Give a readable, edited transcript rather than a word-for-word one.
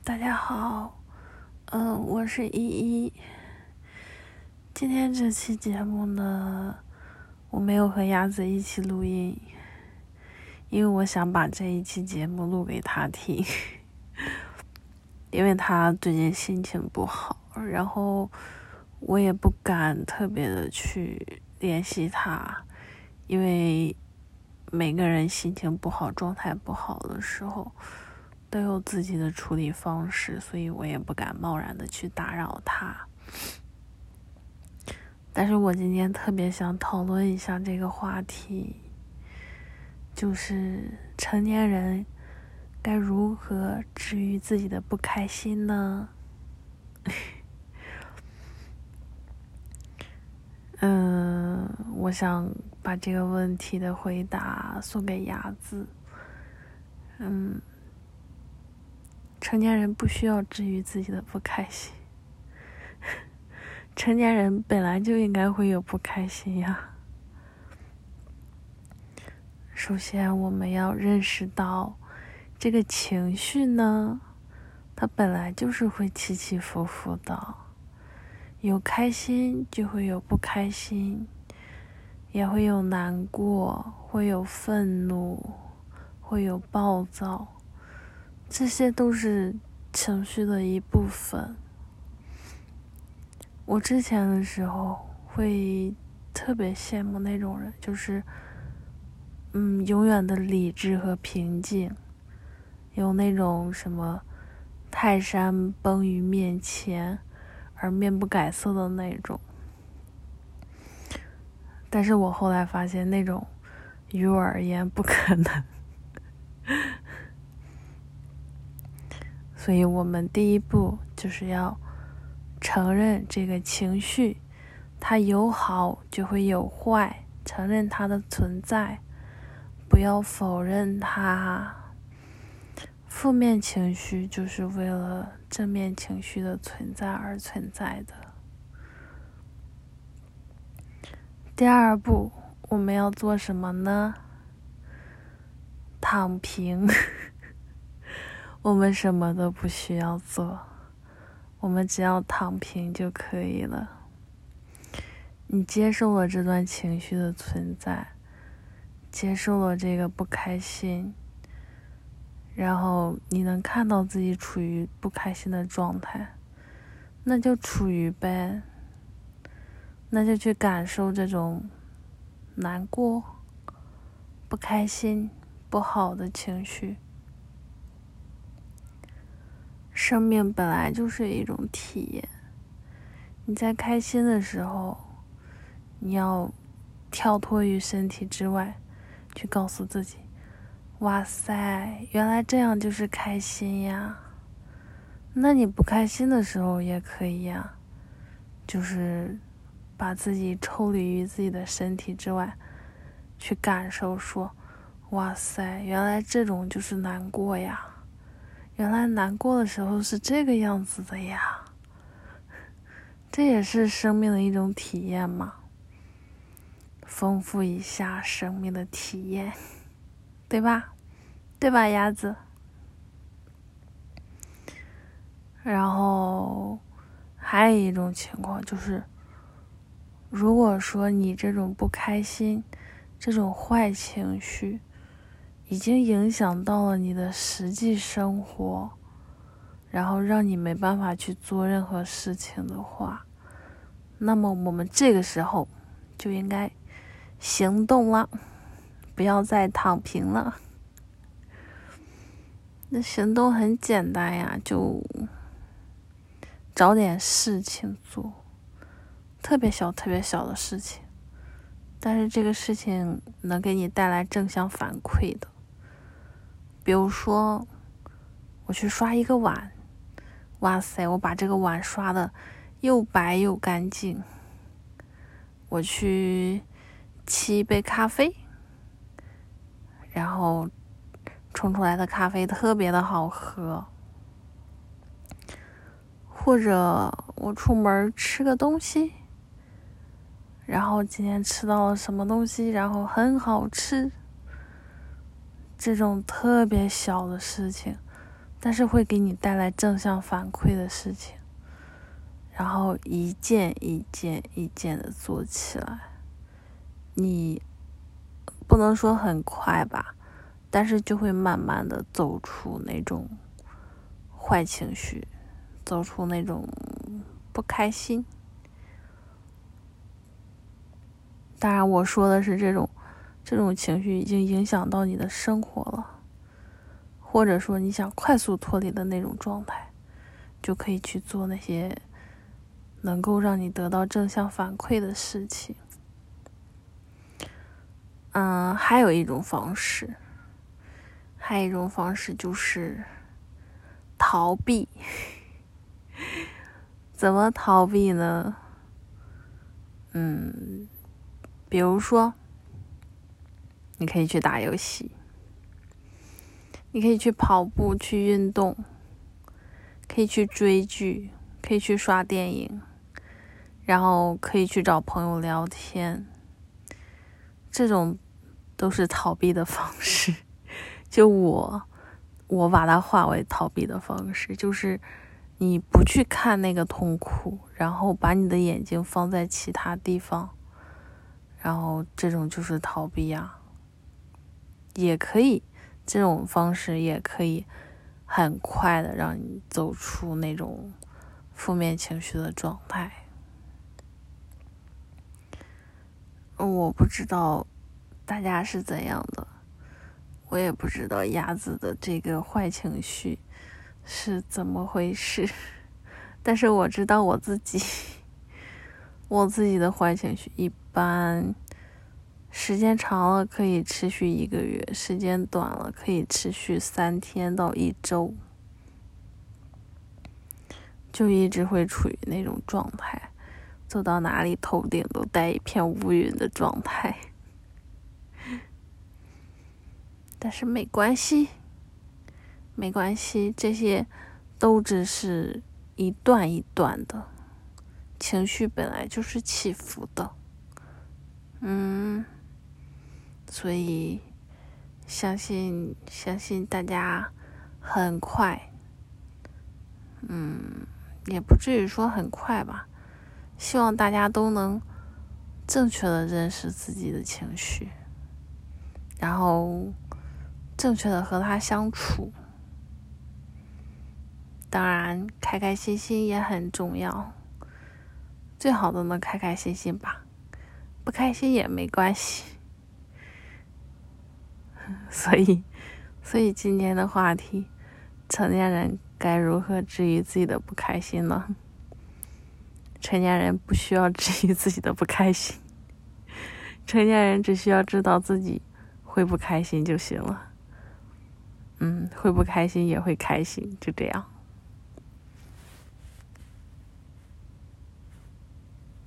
大家好，我是依依。今天这期节目呢，我没有和鸭子一起录音，因为我想把这一期节目录给他听，因为他最近心情不好，然后我也不敢特别的去联系他，因为每个人心情不好、状态不好的时候都有自己的处理方式，所以我也不敢贸然的去打扰他。但是我今天特别想讨论一下这个话题，就是成年人该如何治愈自己的不开心呢？我想把这个问题的回答送给鸭子。成年人不需要治愈自己的不开心，成年人本来就应该会有不开心呀。首先我们要认识到这个情绪呢，它本来就是会起起伏伏的，有开心就会有不开心，也会有难过，会有愤怒，会有暴躁，这些都是情绪的一部分。我之前的时候会特别羡慕那种人，就是永远的理智和平静，有那种什么泰山崩于面前而面不改色的那种。但是我后来发现那种于我而言不可能。所以我们第一步就是要承认这个情绪，它有好就会有坏，承认它的存在，不要否认它。负面情绪就是为了正面情绪的存在而存在的。第二步，我们要做什么呢？躺平。我们什么都不需要做，我们只要躺平就可以了。你接受了这段情绪的存在，接受了这个不开心，然后你能看到自己处于不开心的状态，那就处于呗，那就去感受这种难过、不开心、不好的情绪。生命本来就是一种体验，你在开心的时候，你要跳脱于身体之外，去告诉自己，哇塞，原来这样就是开心呀。那你不开心的时候也可以呀，就是把自己抽离于自己的身体之外，去感受说，哇塞，原来这种就是难过呀。原来难过的时候是这个样子的呀，这也是生命的一种体验嘛，丰富一下生命的体验，对吧？对吧，鸭子？然后还有一种情况就是，如果说你这种不开心，这种坏情绪已经影响到了你的实际生活，然后让你没办法去做任何事情的话，那么我们这个时候就应该行动了，不要再躺平了。那行动很简单呀，就找点事情做，特别小特别小的事情，但是这个事情能给你带来正向反馈的。比如说我去刷一个碗，哇塞，我把这个碗刷的又白又干净。我去沏一杯咖啡，然后冲出来的咖啡特别的好喝。或者我出门吃个东西，然后今天吃到了什么东西，然后很好吃。这种特别小的事情但是会给你带来正向反馈的事情，然后一件一件一件的做起来。你不能说很快吧，但是就会慢慢的走出那种坏情绪，走出那种不开心。当然我说的是这种情绪已经影响到你的生活了，或者说你想快速脱离的那种状态，就可以去做那些能够让你得到正向反馈的事情。还有一种方式就是逃避。怎么逃避呢？比如说你可以去打游戏，你可以去跑步，去运动，可以去追剧，可以去刷电影，然后可以去找朋友聊天，这种都是逃避的方式。就我把它化为逃避的方式，就是你不去看那个痛苦，然后把你的眼睛放在其他地方，然后这种就是逃避啊。也可以，这种方式也可以很快的让你走出那种负面情绪的状态。我不知道大家是怎样的，我也不知道鸭子的这个坏情绪是怎么回事，但是我知道我自己的坏情绪一般时间长了可以持续1个月，时间短了可以持续3天到1周，就一直会处于那种状态，走到哪里头顶都带一片乌云的状态。但是没关系，这些都只是一段一段的，情绪本来就是起伏的。所以相信大家很快，也不至于说很快吧，希望大家都能正确的认识自己的情绪，然后正确的和它相处。当然开开心心也很重要，最好的能开开心心吧，不开心也没关系。所以今天的话题，成年人该如何治愈自己的不开心呢？成年人不需要治愈自己的不开心，成年人只需要知道自己会不开心就行了。会不开心也会开心，就这样。